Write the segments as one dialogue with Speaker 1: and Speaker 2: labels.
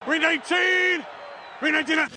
Speaker 1: 319! 319!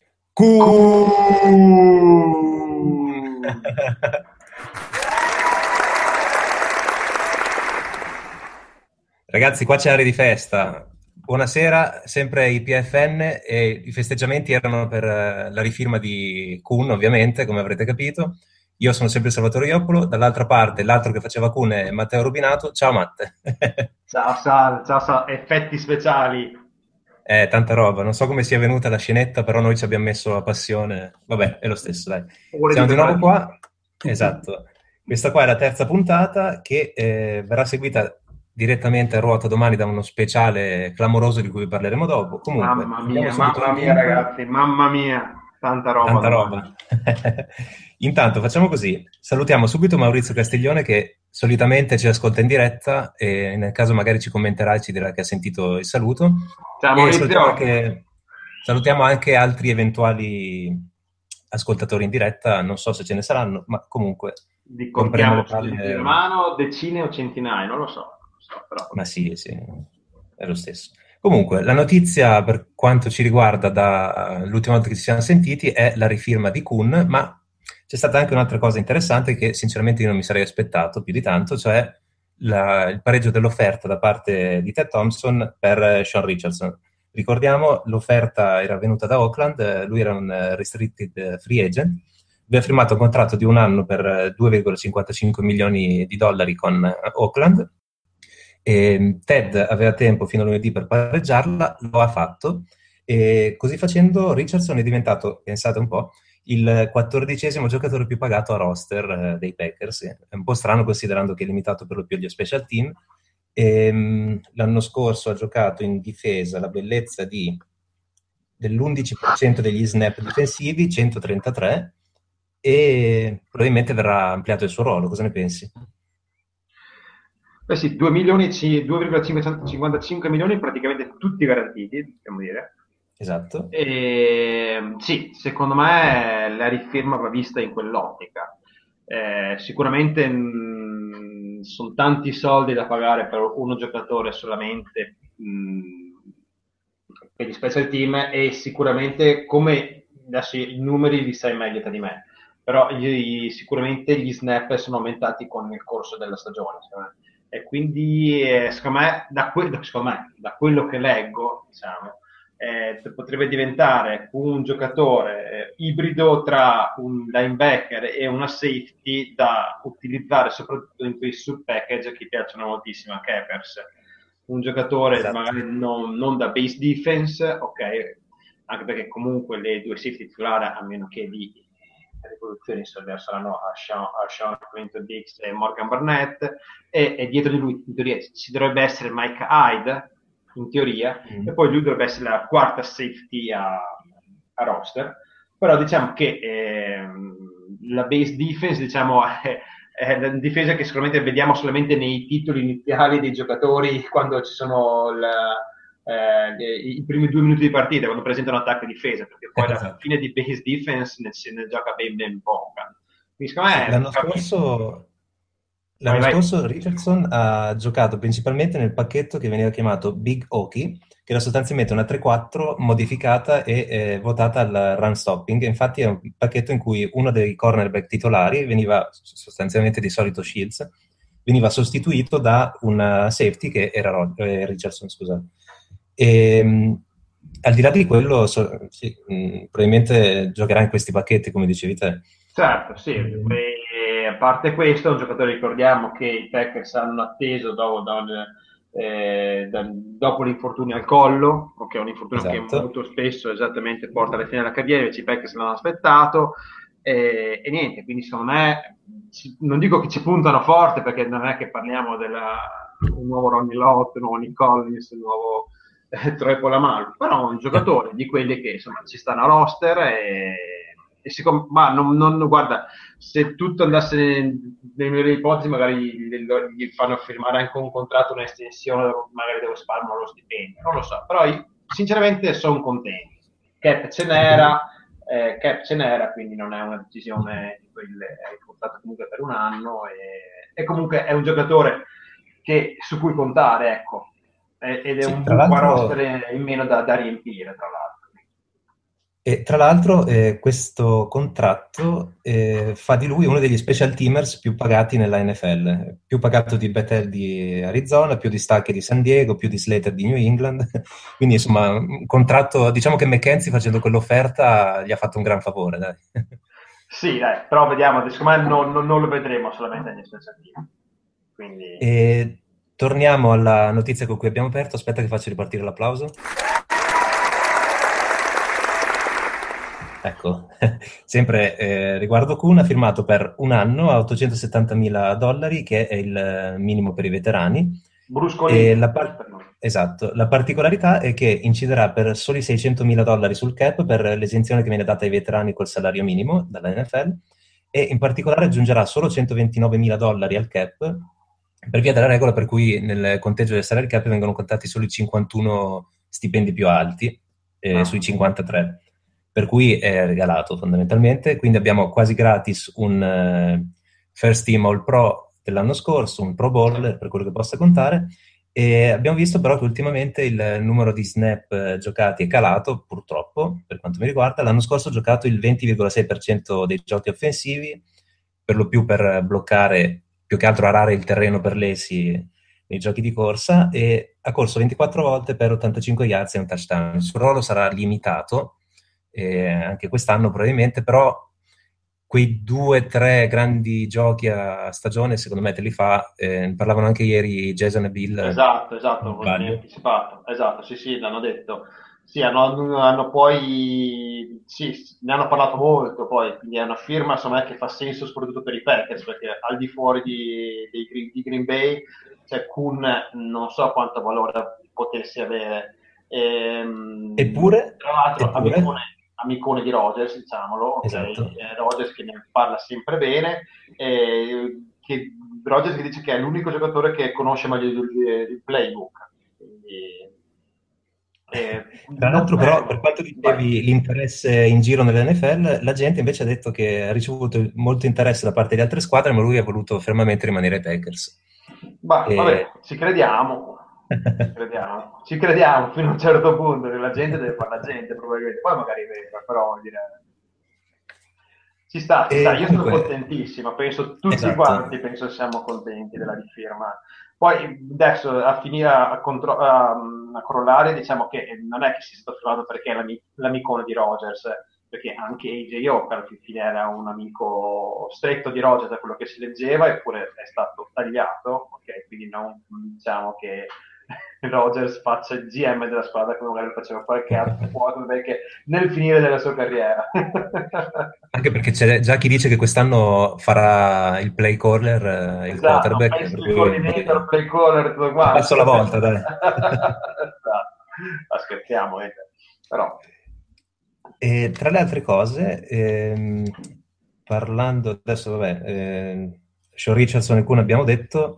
Speaker 2: Ragazzi, qua c'è aria di festa. Buonasera, sempre i PFN, e i festeggiamenti erano per la rifirma di Kun, ovviamente, come avrete capito. Io sono sempre Salvatore Ioppolo, dall'altra parte l'altro che faceva Kun è Matteo Rubinato. Ciao Matte.
Speaker 3: Ciao Sal, ciao Sal, effetti speciali.
Speaker 2: Tanta roba, non so come sia venuta la scenetta, però noi ci abbiamo messo la passione. Vabbè, è lo stesso, dai.
Speaker 3: Ore di
Speaker 2: Siamo di nuovo
Speaker 3: preparativo.
Speaker 2: qua. Esatto. Questa qua è la terza puntata che verrà seguita direttamente a ruota domani da uno speciale clamoroso di cui parleremo dopo. Comunque, andiamo subito
Speaker 3: Mamma
Speaker 2: al
Speaker 3: mia
Speaker 2: dunque.
Speaker 3: ragazzi, mamma mia, tanta roba
Speaker 2: Tanta
Speaker 3: domani.
Speaker 2: roba. Intanto facciamo così, salutiamo subito Maurizio Castiglione che solitamente ci ascolta in diretta e nel caso magari ci commenterà e ci dirà che ha sentito il saluto,
Speaker 3: Ciao
Speaker 2: e
Speaker 3: Maurizio.
Speaker 2: salutiamo anche altri eventuali ascoltatori in diretta, non so se ce ne saranno, ma comunque
Speaker 3: Li
Speaker 2: romperemo
Speaker 3: contiamo
Speaker 2: le
Speaker 3: sui denti di una
Speaker 2: palle.
Speaker 3: mano, decine o centinaia, non lo so, però.
Speaker 2: Ma sì, sì, è lo stesso. Comunque, la notizia per quanto ci riguarda dall'ultima volta che ci siamo sentiti è la rifirma di Kun, ma c'è stata anche un'altra cosa interessante che sinceramente io non mi sarei aspettato più di tanto, cioè il pareggio dell'offerta da parte di Ted Thompson per Sean Richardson. Ricordiamo, l'offerta era venuta da Oakland, lui era un restricted free agent, aveva firmato un contratto di un anno per 2,55 milioni di dollari con Oakland. E Ted aveva tempo fino a lunedì per pareggiarla, lo ha fatto, e così facendo Richardson è diventato, pensate un po', il 14° giocatore più pagato a roster dei Packers. È un po' strano considerando che è limitato per lo più agli special team. L'anno scorso ha giocato in difesa la bellezza dell'11% degli snap difensivi, 133, e probabilmente verrà ampliato il suo ruolo. Cosa ne pensi?
Speaker 3: Beh sì, 2 milioni, 2,555 milioni praticamente tutti garantiti, possiamo dire.
Speaker 2: Esatto.
Speaker 3: E, sì, secondo me la rifirma va vista in quell'ottica. Sicuramente sono tanti soldi da pagare per uno giocatore solamente per gli special team e sicuramente come adesso i numeri li sai meglio te di me, però sicuramente gli snap sono aumentati con il corso della stagione. E quindi secondo me, da quello che leggo, diciamo, potrebbe diventare un giocatore ibrido tra un linebacker e una safety da utilizzare soprattutto in quei sub package che piacciono moltissimo a Capers. Un giocatore
Speaker 2: Esatto.
Speaker 3: magari non da base defense, ok, anche perché comunque le due safety titolari, a meno che di rivoluzioni saranno a Sean Clinton Dix e Morgan Barnett, e dietro di lui in teoria ci dovrebbe essere Mike Hyde in teoria, e
Speaker 2: Mm.
Speaker 3: poi lui dovrebbe essere la quarta safety a roster. Però diciamo che la base defense diciamo, è la difesa che sicuramente vediamo solamente nei titoli iniziali dei giocatori quando ci sono i primi 2 minuti di partita, quando presentano attacco e difesa, perché poi alla
Speaker 2: Esatto.
Speaker 3: fine di base defense se ne gioca ben poca. Quindi secondo
Speaker 2: Sì,
Speaker 3: me vai
Speaker 2: l'anno
Speaker 3: vai.
Speaker 2: scorso Richardson ha giocato principalmente nel pacchetto che veniva chiamato Big Oki, che era sostanzialmente una 3-4 modificata e votata al run stopping. Infatti è un pacchetto in cui uno dei cornerback titolari veniva sostanzialmente di solito Shields, veniva sostituito da un safety che era Richardson, scusa. Al di là di quello, sì, probabilmente giocherà in questi pacchetti, come dicevi te.
Speaker 3: Certo, sì,
Speaker 2: Mm.
Speaker 3: a parte questo, è un giocatore, ricordiamo che i Packers hanno atteso dopo l'infortunio al collo, che è un infortunio che
Speaker 2: Esatto.
Speaker 3: molto spesso esattamente porta alla fine della carriera, invece i Packers l'hanno aspettato, e niente, quindi secondo me, non dico che ci puntano forte, perché non è che parliamo un nuovo Ronnie Lott, un nuovo Nick Collins, un nuovo Troy Polamalu, però un giocatore di quelli che insomma ci stanno a roster ma guarda, se tutto andasse nelle migliori ipotesi, magari gli fanno firmare anche un contratto, un'estensione, magari devo spalmare lo stipendio, non lo so, però sinceramente sono contento. Cap ce
Speaker 2: Anche-
Speaker 3: n'era, quindi non è una decisione di quelle, hai portato comunque per un anno, e comunque è un giocatore su cui contare, ecco. ed è
Speaker 2: Sì,
Speaker 3: un
Speaker 2: tra
Speaker 3: buco a
Speaker 2: l'altro
Speaker 3: rostere in meno da riempire, tra l'altro.
Speaker 2: questo contratto fa di lui uno degli special teamers più pagati nella NFL, più pagato di Bethel di Arizona, più di Stuckey di San Diego, più di Slater di New England. Quindi insomma un contratto, diciamo che McKenzie facendo quell'offerta gli ha fatto un gran favore, dai.
Speaker 3: Sì, dai, però vediamo, secondo me non lo vedremo solamente negli special team. Quindi...
Speaker 2: E torniamo alla notizia con cui abbiamo aperto. Aspetta che faccio ripartire l'applauso. Ecco, sempre riguardo Kun, ha firmato per un anno a $870.000, che è il minimo per i veterani. E
Speaker 3: Bruscolini.
Speaker 2: esatto, la particolarità è che inciderà per soli $600.000 sul cap per l'esenzione che viene data ai veterani col salario minimo dalla NFL, e in particolare aggiungerà solo $129.000 al cap per via della regola per cui nel conteggio del salary cap vengono contati solo i 51 stipendi più alti sui 53, per cui è regalato fondamentalmente. Quindi abbiamo quasi gratis un First Team All Pro dell'anno scorso, un Pro Bowler per quello che possa contare, e abbiamo visto però che ultimamente il numero di snap giocati è calato, purtroppo, per quanto mi riguarda. L'anno scorso ho giocato il 20,6% dei giochi offensivi, per lo più per bloccare, più che altro arare il terreno per lesi nei giochi di corsa, e ha corso 24 volte per 85 yards e un touchdown. Il suo ruolo sarà limitato anche quest'anno probabilmente, però quei 2 o 3 grandi giochi a stagione secondo me te li fa. Ne parlavano anche ieri Jason e Bill,
Speaker 3: Esatto,
Speaker 2: se non
Speaker 3: mi hai
Speaker 2: sbaglio.
Speaker 3: anticipato. Esatto, sì, sì, l'hanno detto. Sì, hanno poi, sì, ne hanno parlato molto poi, quindi è una firma, insomma, che fa senso soprattutto per i Packers, perché al di fuori di Green Bay, cioè Kun non so quanto valore potesse avere.
Speaker 2: Eppure,
Speaker 3: Tra l'altro,
Speaker 2: eppure,
Speaker 3: amicone di Rodgers, diciamolo, ok?
Speaker 2: esatto.
Speaker 3: Rodgers che ne parla sempre bene, che Rodgers che dice che è l'unico giocatore che conosce meglio il playbook. Quindi,
Speaker 2: Tra
Speaker 3: non
Speaker 2: l'altro, però, per
Speaker 3: perdo.
Speaker 2: quanto
Speaker 3: Vai.
Speaker 2: dicevi l'interesse in giro nell'NFL, la gente invece ha detto che ha ricevuto molto interesse da parte di altre squadre, ma lui ha voluto fermamente rimanere ai Packers.
Speaker 3: Bah,
Speaker 2: E...
Speaker 3: vabbè, ci crediamo fino a un certo punto, che la gente deve fare la gente probabilmente, poi magari è vero, però dire... Ci sta,
Speaker 2: e
Speaker 3: io sono
Speaker 2: comunque,
Speaker 3: contentissimo, penso tutti
Speaker 2: esatto.
Speaker 3: quanti, penso siamo contenti della rifirma. Poi adesso a finire a crollare, diciamo che non è che sia stato firmato perché è l'amicone di Rogers, perché anche AJ Hawk alla fine era un amico stretto di Rogers da quello che si leggeva, eppure è stato tagliato, ok? Quindi non diciamo che Rogers faccia il GM della squadra come magari lo faceva qualche altro quarterback nel finire della sua carriera.
Speaker 2: Anche perché c'è già chi dice che quest'anno farà il play caller, il
Speaker 3: Esatto,
Speaker 2: quarterback, per
Speaker 3: offensive
Speaker 2: cui
Speaker 3: coordinator, play caller, tutto
Speaker 2: un
Speaker 3: quanto.
Speaker 2: passo alla volta, dai.
Speaker 3: Esatto. Ma scherziamo, però.
Speaker 2: E tra le altre cose, parlando adesso, vabbè, Sean Richardson e Kuhn abbiamo detto,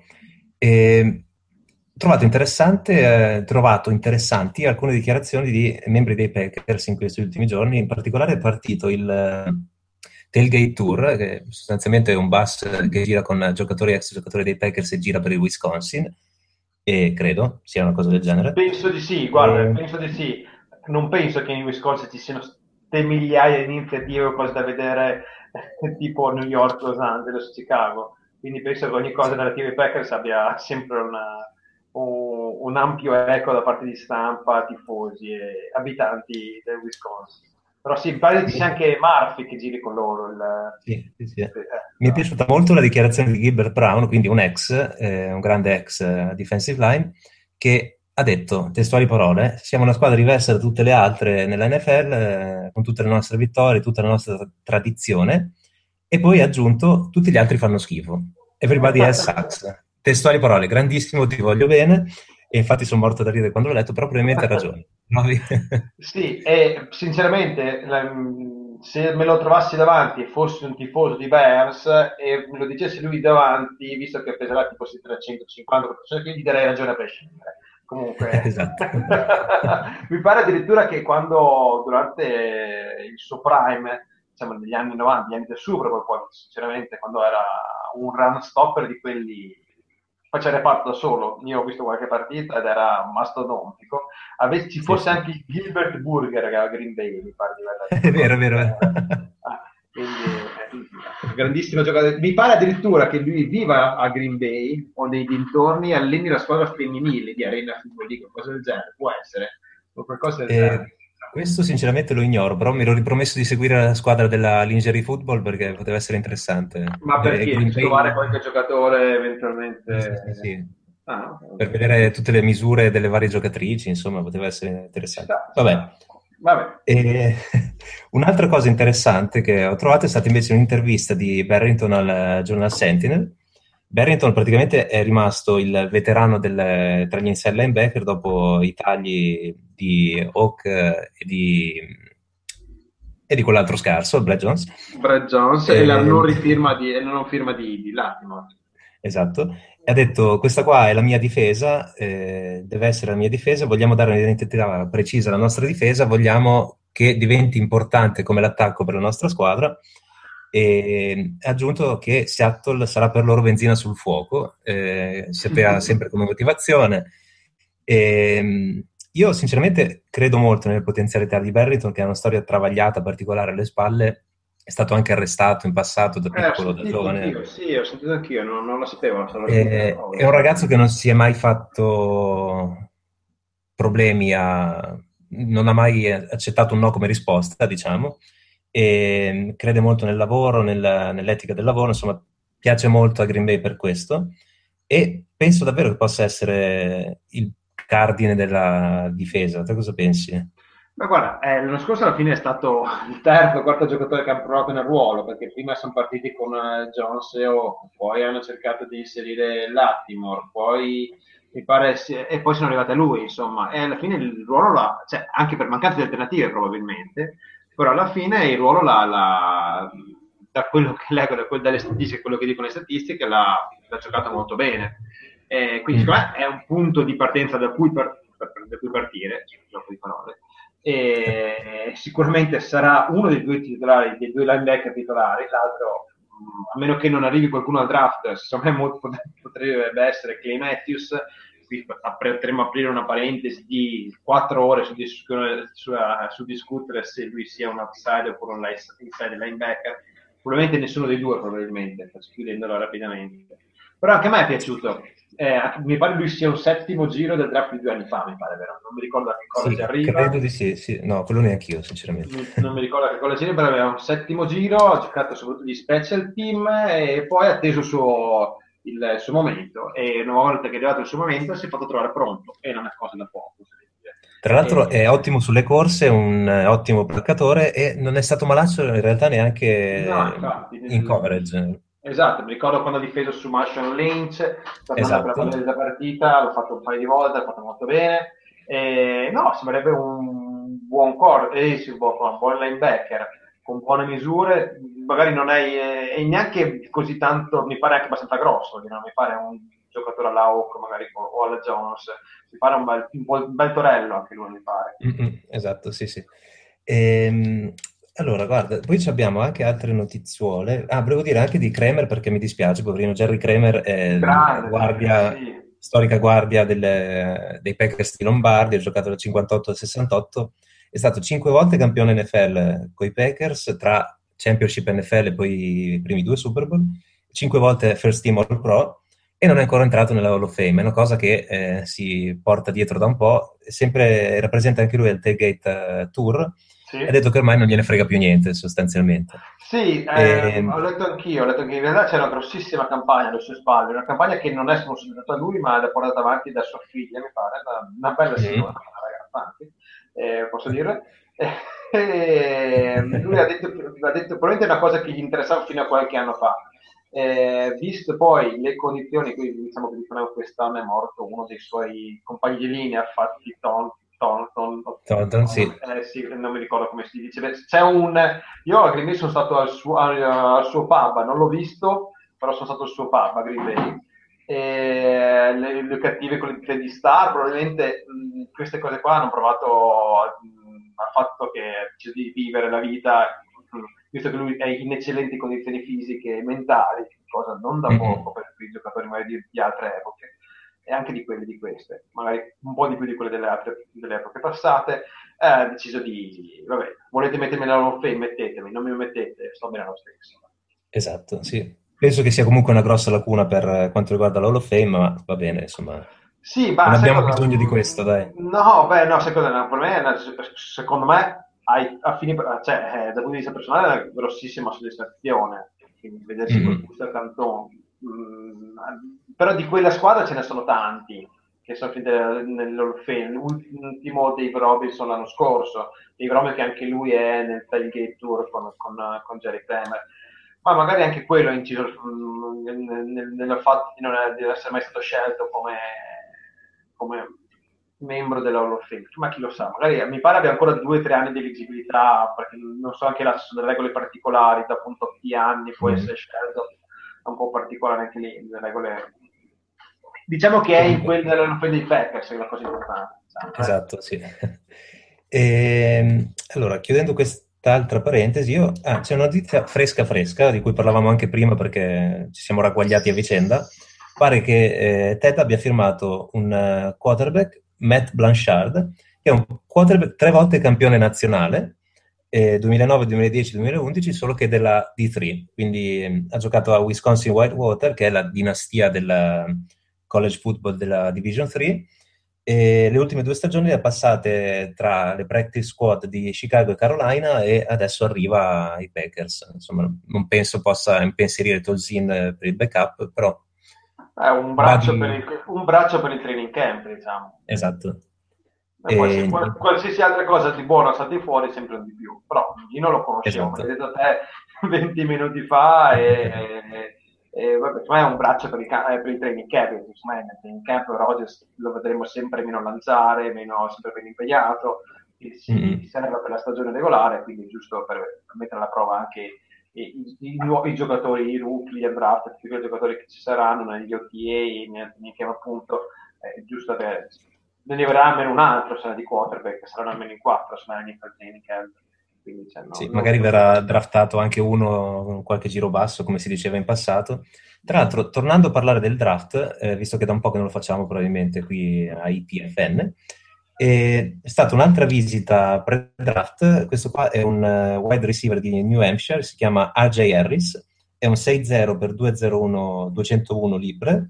Speaker 2: trovato interessanti alcune dichiarazioni di membri dei Packers in questi ultimi giorni. In particolare è partito il Tailgate Tour, che sostanzialmente è un bus che gira con giocatori ex giocatori dei Packers e gira per il Wisconsin, e credo sia una cosa del genere.
Speaker 3: Penso di sì, guarda,
Speaker 2: E-
Speaker 3: penso di sì. Non penso che in Wisconsin ci siano ste migliaia di iniziative o cose da vedere tipo New York, Los Angeles, Chicago. Quindi penso che ogni cosa relativa ai Packers abbia sempre un ampio eco da parte di stampa, tifosi e abitanti del Wisconsin. Però sì, mi pare che ci sia anche Murphy che giri con loro.
Speaker 2: Sì, sì, sì. Mi è piaciuta molto la dichiarazione di Gilbert Brown, quindi un grande ex defensive line, che ha detto, testuali parole: siamo una squadra diversa da tutte le altre nella NFL, con tutte le nostre vittorie, tutta la nostra tradizione, e poi ha aggiunto, tutti gli altri fanno schifo. Everybody else sucks. Testuali parole, grandissimo, ti voglio bene, e infatti sono morto da ridere quando l'ho letto, però probabilmente ha ragione. Trovi?
Speaker 3: Sì, e sinceramente, se me lo trovassi davanti e fossi un tifoso di Bears e me lo dicesse lui davanti, visto che peserà tipo 350 kg, gli darei ragione a prescindere. Comunque,
Speaker 2: Esatto.
Speaker 3: mi pare addirittura che quando durante il suo prime, diciamo negli anni 90, gli anni del Super Bowl, poi sinceramente quando era un run stopper di quelli faceva reparto da solo. Io ho visto qualche partita ed era mastodontico. Ci fosse anche il Gilbert Burger che aveva Green Bay, mi pare di
Speaker 2: È vero, è vero.
Speaker 3: quindi grandissimo giocatore. Mi pare addirittura che lui viva a Green Bay o nei dintorni, alleni la squadra femminile di Arena Football League, qualcosa del genere, può essere, o qualcosa del genere.
Speaker 2: Questo sinceramente lo ignoro, però mi ero ripromesso di seguire la squadra della Lingerie Football perché poteva essere interessante.
Speaker 3: Ma perché?
Speaker 2: Green Bay...
Speaker 3: Trovare qualche giocatore eventualmente...
Speaker 2: Sì.
Speaker 3: Ah,
Speaker 2: Per vedere tutte le misure delle varie giocatrici, insomma, poteva essere interessante. Vabbè. Un'altra cosa interessante che ho trovato è stata invece un'intervista di Barrington al Journal Sentinel. Barrington praticamente è rimasto il veterano tra gli inside linebacker dopo i tagli di Hawk e di quell'altro scarso, Brad Jones.
Speaker 3: Brad Jones e la non firma di Latimore.
Speaker 2: Esatto. E ha detto, questa qua è la mia difesa, deve essere la mia difesa, vogliamo dare un'identità precisa alla nostra difesa, vogliamo che diventi importante come l'attacco per la nostra squadra, e ha aggiunto che Seattle sarà per loro benzina sul fuoco, sapeva sempre come motivazione. Io sinceramente credo molto nelle potenzialità di Barrington, che ha una storia travagliata, particolare alle spalle, è stato anche arrestato in passato da piccolo, da giovane.
Speaker 3: Sì, ho sentito anch'io, non lo sapevo.
Speaker 2: È un ragazzo che non si è mai fatto problemi, non ha mai accettato un no come risposta, diciamo, e crede molto nel lavoro, nell'etica del lavoro, insomma, piace molto a Green Bay per questo, e penso davvero che possa essere il cardine della difesa. Te cosa pensi?
Speaker 3: Ma guarda, l'anno scorso alla fine è stato il terzo o quarto giocatore che hanno provato nel ruolo, perché prima sono partiti con Jones e Hawk, poi hanno cercato di inserire Latimore, poi mi pare e poi sono arrivati a lui, insomma, e alla fine il ruolo cioè, anche per mancanza di alternative probabilmente, però alla fine il ruolo da quello che leggo, dalle statistiche, quello che dicono le statistiche, l'ha giocato molto bene. Quindi secondo me è un punto di partenza da cui partire, gioco di parole. E sicuramente sarà uno dei due titolari, dei due linebacker titolari, l'altro, a meno che non arrivi qualcuno al draft, secondo me potrebbe essere Clay Matthews. Qui potremmo aprire una parentesi di 4 ore su discutere se lui sia un outside oppure un inside linebacker. Probabilmente nessuno dei due, probabilmente, chiudendolo rapidamente. Però anche a me è piaciuto. Mi pare lui sia un settimo giro del draft di 2 anni fa, mi pare, vero? Non mi ricordo a che college arriva.
Speaker 2: Credo di sì. No, quello neanch'io, sinceramente.
Speaker 3: Non mi ricordo a che college arriva, aveva un settimo giro, ha giocato soprattutto di special team e poi ha atteso il suo momento. E una volta che è arrivato il suo momento si è fatto trovare pronto, e non è cosa da poco.
Speaker 2: Tra l'altro è ottimo sulle corse, un ottimo placcatore e non è stato malaccio in realtà neanche in coverage.
Speaker 3: Esatto, mi ricordo quando ha difeso su Marshall Lynch, tornando per la
Speaker 2: Esatto.
Speaker 3: della partita, l'ho fatto un paio di volte, l'ha fatto molto bene. No, sembrerebbe un buon un buon linebacker, con buone misure, magari non è neanche così tanto, mi pare anche abbastanza grosso, non mi pare un giocatore alla Hawk magari o alla Jones, mi pare un bel torello anche lui, mi pare.
Speaker 2: Esatto, sì. Allora, guarda, poi abbiamo anche altre notizuole. Volevo dire anche di Kramer, perché mi dispiace, poverino. Jerry Kramer è storica guardia dei Packers di Lombardi, ha giocato dal 58 al 68, è stato 5 volte campione NFL con i Packers, tra Championship NFL e poi i primi 2 Super Bowl, 5 volte First Team All Pro, e non è ancora entrato nella Hall of Fame. È una cosa che si porta dietro da un po', sempre rappresenta anche lui al Tailgate Tour. Sì. Ha detto che ormai non gliene frega più niente, sostanzialmente.
Speaker 3: Sì, ho letto anch'io, che in realtà c'è una grossissima campagna alle sue spalle, una campagna che non è sponsorizzato da lui, ma è portata avanti da sua figlia, mi pare, una bella signora, una ragazza anche, posso dire. Lui ha detto probabilmente una cosa che gli interessava fino a qualche anno fa. Visto poi le condizioni, quindi diciamo che quest'anno è morto uno dei suoi compagni di linea, fatti
Speaker 2: Thornton, sì.
Speaker 3: Sì, non mi ricordo come si dice. Io a Green Bay sono stato al suo pub, non l'ho visto, però sono stato al suo pub a Green Bay. Le cattive con le di star, probabilmente queste cose qua hanno provato al fatto che c'è di vivere la vita visto che lui è in eccellenti condizioni fisiche e mentali, cosa non da poco per i giocatori magari di altre epoche, e anche di quelle di queste, magari un po' di più di quelle delle epoche passate, ha deciso vabbè, volete mettermi nella Hall of Fame, mettetemi, non mi mettete, sto bene lo stesso.
Speaker 2: Esatto, sì. Penso che sia comunque una grossa lacuna per quanto riguarda l'Hall of Fame, ma va bene, insomma.
Speaker 3: Sì,
Speaker 2: Non
Speaker 3: ma
Speaker 2: abbiamo bisogno di questo, dai.
Speaker 3: No, beh, no, secondo me, a fini, cioè, dal punto di vista personale è una grossissima soddisfazione, quindi vedersi col booster Canton. Però di quella squadra ce ne sono tanti che sono finiti nell'Hall of Fame. L'ultimo Dave Robinson l'anno scorso, Dave Robinson che anche lui è nel Tailgate Tour con Jerry Kramer. Ma magari anche quello ha inciso nel fatto di essere mai stato scelto come membro della Hall of Fame. Ma chi lo sa, magari mi pare abbia ancora 2 o 3 anni di eligibilità, perché non so anche là se sono delle regole particolari, da appunto che anni può essere scelto, è un po' particolare anche lì, le regole. Diciamo che è in quella della Hall of Fame dei Packers, è la cosa importante.
Speaker 2: Esatto, sì. Allora, chiudendo quest'altra parentesi, c'è una notizia fresca, di cui parlavamo anche prima perché ci siamo ragguagliati a vicenda. Pare che Ted abbia firmato un quarterback, Matt Blanchard, che è un quarterback 3 volte campione nazionale, 2009, 2010, 2011, solo che della D3, quindi ha giocato a Wisconsin Whitewater, che è la dinastia del college football della Division 3, e le ultime 2 stagioni le ha passate tra le practice squad di Chicago e Carolina, e adesso arriva ai Packers. Insomma, non penso possa impensierire Tolzien per il backup, però
Speaker 3: è un braccio per il training camp, diciamo.
Speaker 2: Esatto.
Speaker 3: E poi qualsiasi altra cosa di buono salti fuori sempre di più, però io non lo conoscevo,
Speaker 2: esatto.
Speaker 3: l'ho detto a te 20 minuti fa e vabbè, è un braccio per il training camp, insomma, nel training camp Rodgers lo vedremo sempre meno lanciare, sempre meno impegnato, si serve per la stagione regolare, quindi giusto per mettere alla prova anche i nuovi giocatori, i rookie, gli undrafted, tutti i giocatori che ci saranno negli OTA, nel training camp appunto, giusto per ne avrà almeno un altro, sarà di quarterback, saranno almeno in 4 se non per training camp. Quindi,
Speaker 2: sì, magari verrà draftato anche uno con qualche giro basso, come si diceva in passato. Tra l'altro, tornando a parlare del draft, visto che da un po' che non lo facciamo probabilmente qui a IPFN, è stata un'altra visita pre-draft. Questo qua è un wide receiver di New Hampshire, si chiama AJ Harris, è un 6'0 per 201 libbre,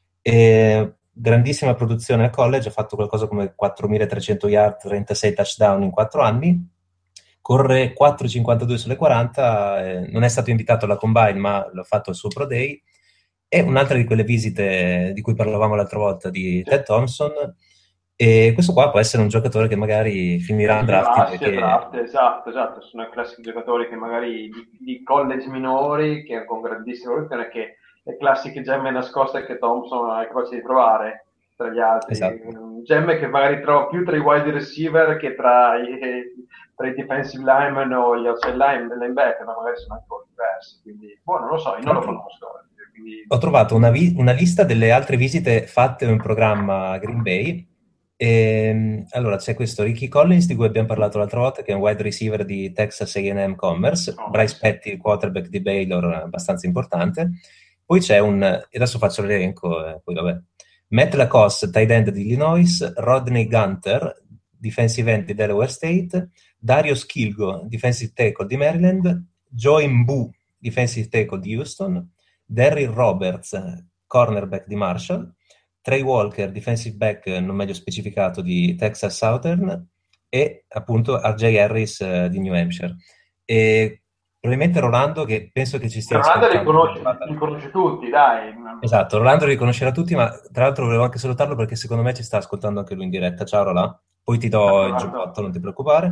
Speaker 2: e grandissima produzione al college, ha fatto qualcosa come 4.300 yard, 36 touchdown in 4 anni, corre 4,52 sulle 40, non è stato invitato alla Combine, ma l'ha fatto al suo Pro Day. È un'altra di quelle visite di cui parlavamo l'altra volta di Ted Thompson, e questo qua può essere un giocatore che magari finirà a draft.
Speaker 3: Esatto, sono i classici giocatori che magari di college minori, che con grandissima evoluzione, che le classiche gemme nascoste che Thompson è capace di trovare tra gli altri. Esatto. Gemme che magari trova più tra i wide receiver che tra i defensive linemen o gli outside linebacker, ma magari sono anche diversi. Quindi, non lo so, io non lo conosco. Quindi...
Speaker 2: Ho trovato una lista delle altre visite fatte in programma a Green Bay. Allora c'è questo Ricky Collins di cui abbiamo parlato l'altra volta, che è un wide receiver di Texas A&M Commerce, Bryce Petty, il quarterback di Baylor, abbastanza importante. Poi c'è e adesso faccio l'elenco, poi vabbè, Matt Lacoste, tight end di Illinois, Rodney Gunter, defensive end di Delaware State, Dario Skilgo, defensive tackle di Maryland, Joey Mbu, defensive tackle di Houston, Darryl Roberts, cornerback di Marshall, Trey Walker, defensive back non meglio specificato di Texas Southern, e appunto RJ Harris di New Hampshire. E probabilmente Rolando, che penso che ci stia
Speaker 3: ascoltando. Rolando li conosce tutti, dai.
Speaker 2: Esatto, Rolando li conoscerà tutti, ma tra l'altro volevo anche salutarlo perché secondo me ci sta ascoltando anche lui in diretta. Ciao Rolando, poi ti do il giubbotto, non ti preoccupare.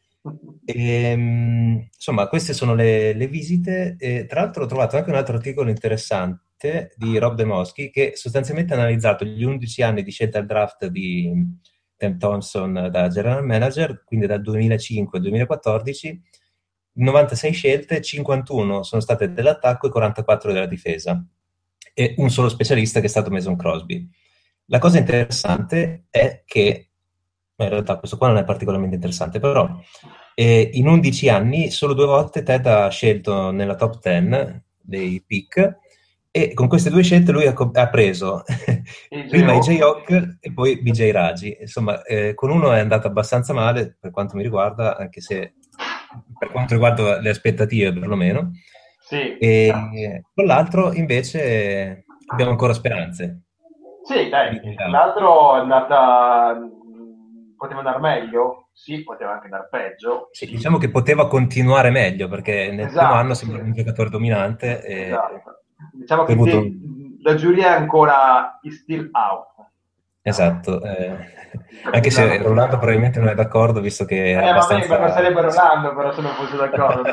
Speaker 2: Insomma, queste sono le visite. E tra l'altro ho trovato anche un altro articolo interessante di Rob Demoski, che sostanzialmente ha analizzato gli 11 anni di scelta al draft di Ted Thompson da general manager, quindi dal 2005 al 2014. 96 scelte, 51 sono state dell'attacco e 44 della difesa, e un solo specialista che è stato Mason Crosby. La cosa interessante è che, in realtà questo qua non è particolarmente interessante, però E in 11 anni solo 2 volte Ted ha scelto nella top 10 dei pick, e con queste 2 scelte lui ha preso prima AJ Hawk e poi BJ Raji. Insomma, con uno è andato abbastanza male per quanto mi riguarda, anche se per quanto riguarda le aspettative perlomeno.
Speaker 3: Sì.
Speaker 2: E con l'altro invece abbiamo ancora speranze.
Speaker 3: Sì, dai, l'altro è andata... poteva andare meglio? Sì, poteva anche andare peggio.
Speaker 2: Sì, diciamo che poteva continuare meglio, perché nel primo anno sembrava
Speaker 3: sì.
Speaker 2: un giocatore dominante.
Speaker 3: Esatto. Diciamo
Speaker 2: Poi
Speaker 3: che la giuria è ancora still out.
Speaker 2: Esatto, anche se Rolando probabilmente non è d'accordo, visto che è abbastanza...
Speaker 3: Ma non sarebbe Rolando, però se non fosse d'accordo.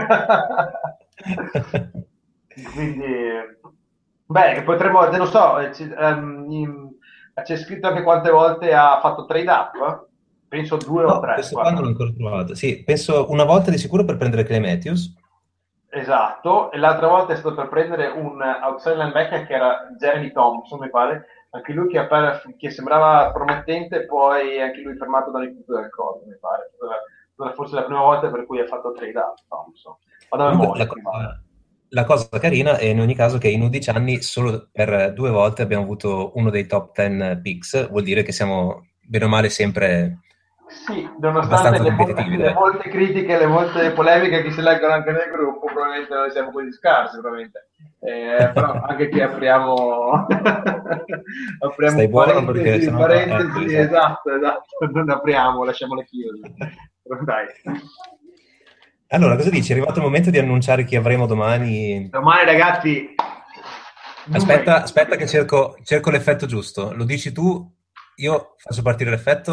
Speaker 3: Quindi, beh, potremmo, non so, c'è scritto anche quante volte ha fatto trade up? Penso 2 o 3.
Speaker 2: Questo qua non l'ho ancora trovato. Sì, penso una volta di sicuro per prendere Clay Matthews.
Speaker 3: Esatto, e l'altra volta è stato per prendere un outside linebacker che era Jeremy Thompson, mi pare, anche lui che sembrava promettente, poi anche lui fermato dall'input del corpo, mi pare. Forse la prima volta per cui ha fatto trade up Thompson.
Speaker 2: La cosa carina è in ogni caso che in 11 anni solo per 2 volte abbiamo avuto uno dei top 10 picks, vuol dire che siamo bene o male sempre...
Speaker 3: Sì, nonostante le molte critiche e le molte polemiche che si leggono anche nel gruppo, probabilmente noi siamo così scarsi, probabilmente. Però anche qui apriamo
Speaker 2: Stai buono perché sennò...
Speaker 3: parentesi, esatto, non apriamo, lasciamole chiuse. Dai.
Speaker 2: Allora, cosa dici? È arrivato il momento di annunciare chi avremo domani.
Speaker 3: Domani, ragazzi.
Speaker 2: Aspetta che cerco l'effetto giusto. Lo dici tu, io faccio partire l'effetto.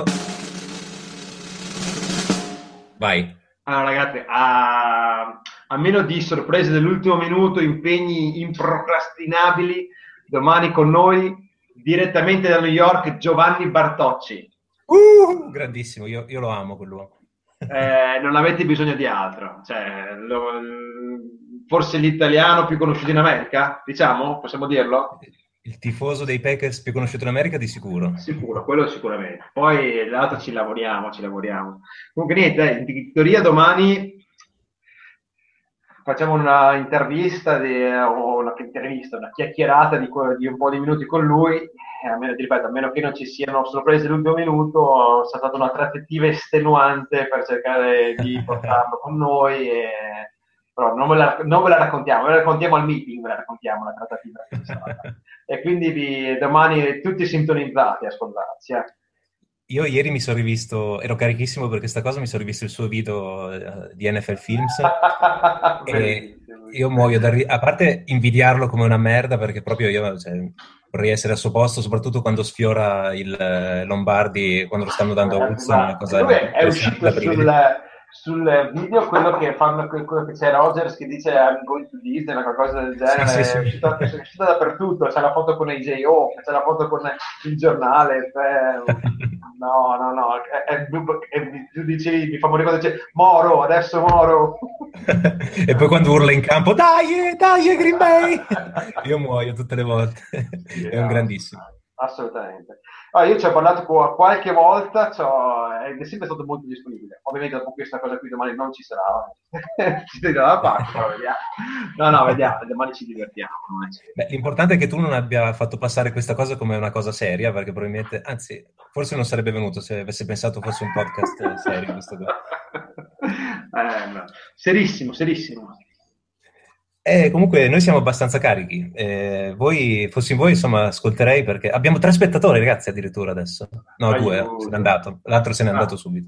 Speaker 2: Vai.
Speaker 3: Allora, ragazzi, a meno di sorprese dell'ultimo minuto, impegni improcrastinabili, domani con noi, direttamente da New York, Giovanni Bartocci.
Speaker 2: Grandissimo, io lo amo quell'uomo.
Speaker 3: Non avete bisogno di altro, cioè, forse l'italiano più conosciuto in America, diciamo, possiamo dirlo?
Speaker 2: Il tifoso dei Packers più conosciuto in America di sicuro.
Speaker 3: Sicuro, quello sicuramente. Poi l'altro ci lavoriamo. Comunque niente, in teoria domani facciamo una intervista, una chiacchierata di un po' di minuti con lui. A meno che non ci siano sorprese all'ultimo minuto, è stata una trattativa estenuante per cercare di portarlo con noi. Però non ve la raccontiamo, ve la raccontiamo al meeting, ve la raccontiamo la trattativa. E quindi domani tutti sintonizzati a ascoltarci.
Speaker 2: Io ieri mi sono rivisto, ero carichissimo per questa cosa, mi sono rivisto il suo video di NFL Films e io muoio a parte invidiarlo come una merda, perché proprio io vorrei essere al suo posto, soprattutto quando sfiora il Lombardi, quando lo stanno dando a Woodson, una cosa
Speaker 3: lui è uscito sul video quello che c'è Rogers che dice I'm going to Disney, qualcosa del genere,
Speaker 2: sì.
Speaker 3: È uscito dappertutto, c'è la foto con AJ Hawk, c'è la foto con il giornale, no, tu dici, mi fa morire quando dice Moro, adesso Moro.
Speaker 2: E poi quando urla in campo, dai Green Bay, io muoio tutte le volte. È un grandissimo.
Speaker 3: Assolutamente. Io ci ho parlato qualche volta, è sempre stato molto disponibile. Ovviamente dopo questa cosa qui domani non ci sarà, ci dirà la parte, però vediamo. No, vediamo, domani ci divertiamo.
Speaker 2: Beh, l'importante è che tu non abbia fatto passare questa cosa come una cosa seria, perché probabilmente, anzi, forse non sarebbe venuto se avesse pensato fosse un podcast serio questo qua.
Speaker 3: No. Serissimo.
Speaker 2: Comunque noi siamo abbastanza carichi. Fossi in voi, insomma, ascolterei, perché abbiamo 3 spettatori, ragazzi, addirittura adesso. No, 2, se n'è andato. L'altro se n'è andato subito.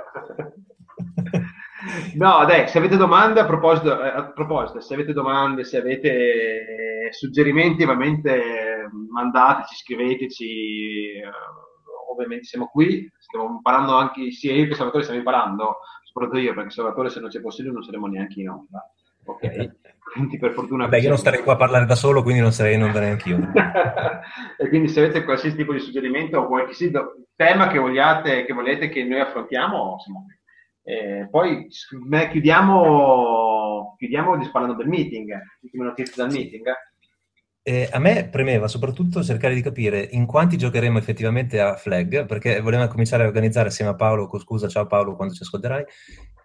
Speaker 3: No, dai, se avete domande a proposito, se avete domande, se avete suggerimenti, ovviamente mandateci, scriveteci. Ovviamente siamo qui, stiamo imparando anche sia io che Salvatore, stiamo imparando, soprattutto io, perché Salvatore se non ci fosse lui non saremmo neanche in onda. Ok, quindi per fortuna.
Speaker 2: Beh, io non starei qua a parlare da solo, quindi non sarei in onda neanche io.
Speaker 3: E quindi se avete qualsiasi tipo di suggerimento o qualsiasi tema che volete che noi affrontiamo, siamo qui. Poi chiudiamo parlando del meeting, ultime notizie dal meeting.
Speaker 2: A me premeva soprattutto cercare di capire in quanti giocheremo effettivamente a flag, perché volevamo cominciare a organizzare assieme a Paolo, scusa, ciao Paolo quando ci ascolterai,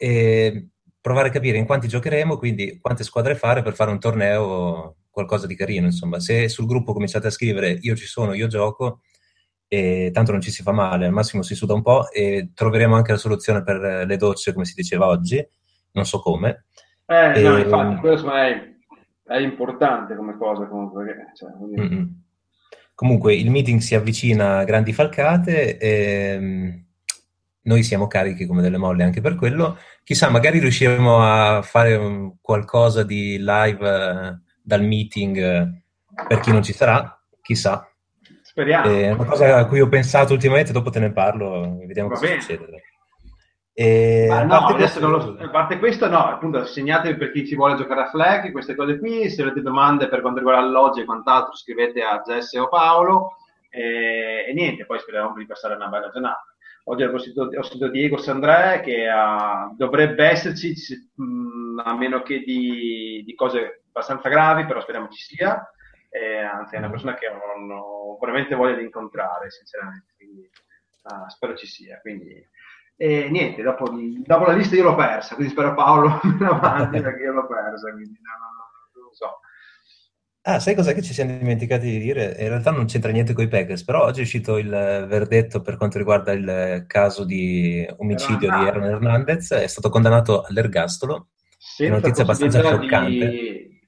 Speaker 2: e provare a capire in quanti giocheremo, quindi quante squadre fare per fare un torneo, qualcosa di carino, insomma. Se sul gruppo cominciate a scrivere io ci sono, io gioco, e tanto non ci si fa male, al massimo si suda un po' e troveremo anche la soluzione per le docce, come si diceva oggi, non so come.
Speaker 3: No,
Speaker 2: E,
Speaker 3: infatti, questo è importante come cosa comunque. Cioè,
Speaker 2: Comunque il meeting si avvicina a grandi falcate e noi siamo carichi come delle molle anche per quello. Chissà, magari riusciremo a fare qualcosa di live dal meeting per chi non ci sarà, chissà.
Speaker 3: Speriamo.
Speaker 2: È una cosa a cui ho pensato ultimamente, dopo te ne parlo, vediamo
Speaker 3: Va
Speaker 2: cosa
Speaker 3: bene.
Speaker 2: succede. E,
Speaker 3: Ma
Speaker 2: a
Speaker 3: no,
Speaker 2: parte
Speaker 3: adesso
Speaker 2: questo,
Speaker 3: non a parte questo, no, appunto, segnatevi per chi ci vuole giocare a flag, queste cose qui, se avete domande per quanto riguarda alloggi e quant'altro, scrivete a Jesse o Paolo, e niente, poi speriamo di passare una bella giornata. Oggi ho sentito Diego Sandré che dovrebbe esserci, a meno che di cose abbastanza gravi, però speriamo ci sia, anzi è una persona che ho veramente voglia di incontrare, sinceramente, quindi spero ci sia, quindi... E niente, dopo la lista io l'ho persa, quindi spero Paolo andare avanti perché io l'ho persa, quindi non lo so.
Speaker 2: Ah, sai cos'è che ci siamo dimenticati di dire? In realtà non c'entra niente con i Packers, però oggi è uscito il verdetto per quanto riguarda il caso di
Speaker 3: Era
Speaker 2: omicidio di Aaron
Speaker 3: Hernandez,
Speaker 2: Hernandez, è stato condannato all'ergastolo, è una
Speaker 3: senza
Speaker 2: notizia abbastanza
Speaker 3: possibilità
Speaker 2: scioccante.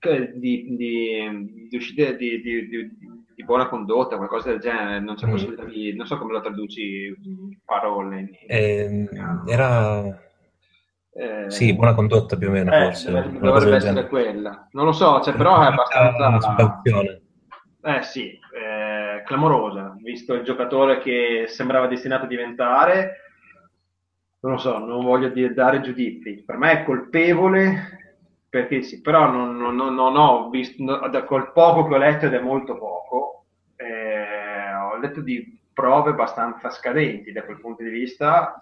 Speaker 3: di uscite di buona condotta, qualcosa del genere, non c'è
Speaker 2: Mm.
Speaker 3: possibilità di, non so come lo traduci in parole in italiano.
Speaker 2: Era, sì,
Speaker 3: Eh,
Speaker 2: buona condotta più o meno, forse, una cosa
Speaker 3: dovrebbe
Speaker 2: del
Speaker 3: essere
Speaker 2: genere.
Speaker 3: quella. Non lo so, cioè, però è
Speaker 2: Su
Speaker 3: abbastanza...
Speaker 2: cauzione.
Speaker 3: Sì, clamorosa, visto il giocatore che sembrava destinato a diventare. Non lo so, non voglio dare giudizi. Per me è colpevole, perché sì, però non ho visto, da col poco che ho letto, ed è molto poco, ho letto di prove abbastanza scadenti da quel punto di vista.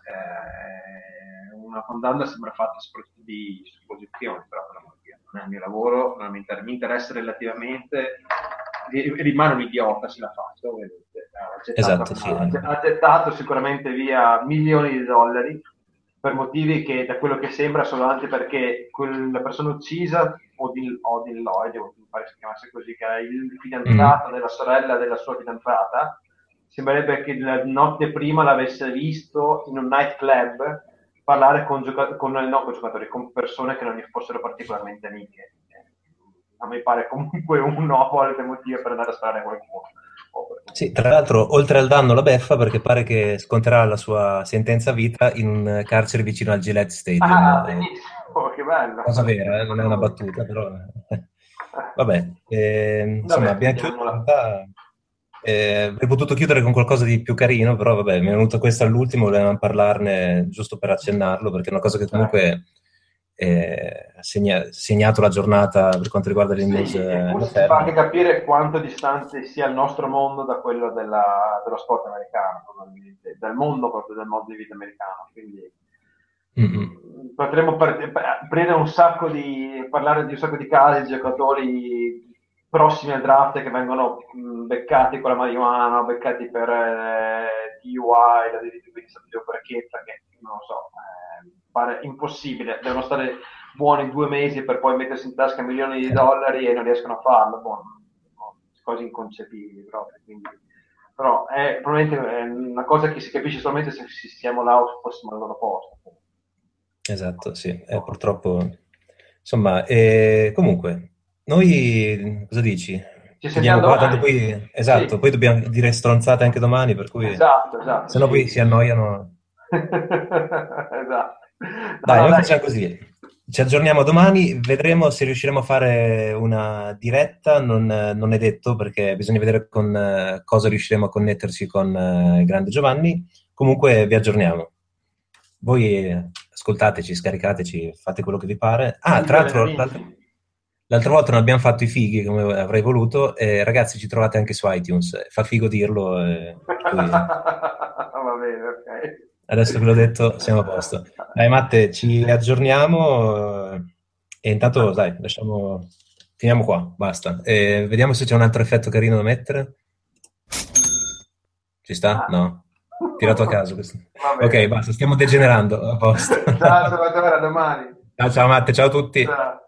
Speaker 3: Una condanna sembra fatta soprattutto di supposizioni, però per l'amor di Dio, non è il mio lavoro, non mi interessa relativamente, rimane un idiota se la faccio, vedete.
Speaker 2: Esatto, sì.
Speaker 3: Ha gettato sicuramente via milioni di dollari per motivi che da quello che sembra solamente perché quella persona uccisa, Odin Lloyd, mi pare si chiamasse così, che era il fidanzato della sorella della sua fidanzata, sembrerebbe che la notte prima l'avesse visto in un nightclub parlare con giocatori, con persone che non gli fossero particolarmente amiche. A me pare comunque un no qualche motivo per andare a sparare qualcuno.
Speaker 2: Sì, tra l'altro, oltre al danno la beffa perché pare che sconterà la sua sentenza a vita in un carcere vicino al Gillette Stadium.
Speaker 3: Benissimo, che bello.
Speaker 2: Cosa vera, non è una battuta, però... Vabbè, insomma,
Speaker 3: Vabbè,
Speaker 2: abbiamo chiuso in
Speaker 3: vediamola.
Speaker 2: realtà... avrei potuto chiudere con qualcosa di più carino, però vabbè, mi è venuto questo all'ultimo, volevamo parlarne giusto per accennarlo, perché è una cosa che comunque ha segnato la giornata per quanto riguarda le news
Speaker 3: Sì, e forse ci fa
Speaker 2: NFL.
Speaker 3: anche capire quanto distante sia il nostro mondo da quello dello sport americano, dal mondo proprio del modo di vita americano. Quindi
Speaker 2: Mm-mm.
Speaker 3: potremmo aprire parlare di un sacco di casi di giocatori prossimi al draft che vengono beccati con la marijuana, beccati per DUI, la distribuzione di operchezza, che non lo so, pare impossibile, devono stare buoni 2 mesi per poi mettersi in tasca milioni di dollari e non riescono a farlo. Cose inconcepibili proprio. Quindi, però probabilmente è una cosa che si capisce solamente se siamo là o fossimo al loro posto.
Speaker 2: Esatto, sì, purtroppo. Insomma, comunque, noi cosa dici?
Speaker 3: Ci
Speaker 2: Chiudiamo
Speaker 3: sentiamo
Speaker 2: qua, tanto
Speaker 3: domani?
Speaker 2: poi, esatto,
Speaker 3: Sì,
Speaker 2: poi dobbiamo dire stronzate anche domani, per cui
Speaker 3: esatto,
Speaker 2: se no poi
Speaker 3: sì.
Speaker 2: si annoiano.
Speaker 3: Esatto. No,
Speaker 2: Dai,
Speaker 3: no,
Speaker 2: noi
Speaker 3: dai.
Speaker 2: facciamo così. Ci aggiorniamo domani, vedremo se riusciremo a fare una diretta, non è detto perché bisogna vedere con cosa riusciremo a connetterci con il grande Giovanni. Comunque vi aggiorniamo. Voi ascoltateci, scaricateci, fate quello che vi pare. Ah,
Speaker 3: Buoni
Speaker 2: tra l'altro,
Speaker 3: allenamenti.
Speaker 2: l'altra volta non abbiamo fatto i fighi come avrei voluto, e ragazzi ci trovate anche su iTunes, fa figo dirlo, per cui
Speaker 3: Va bene, ok.
Speaker 2: adesso che l'ho detto siamo a posto. Dai Matte, ci aggiorniamo e intanto dai, finiamo qua, basta. Vediamo se c'è un altro effetto carino da mettere. Ci sta?
Speaker 3: Ah.
Speaker 2: No. Tirato a caso questo.
Speaker 3: Va bene.
Speaker 2: Ok, basta, stiamo degenerando. A posto.
Speaker 3: Ciao Salvatore, a domani.
Speaker 2: Ciao, ciao Matte, ciao a tutti.
Speaker 3: Ciao.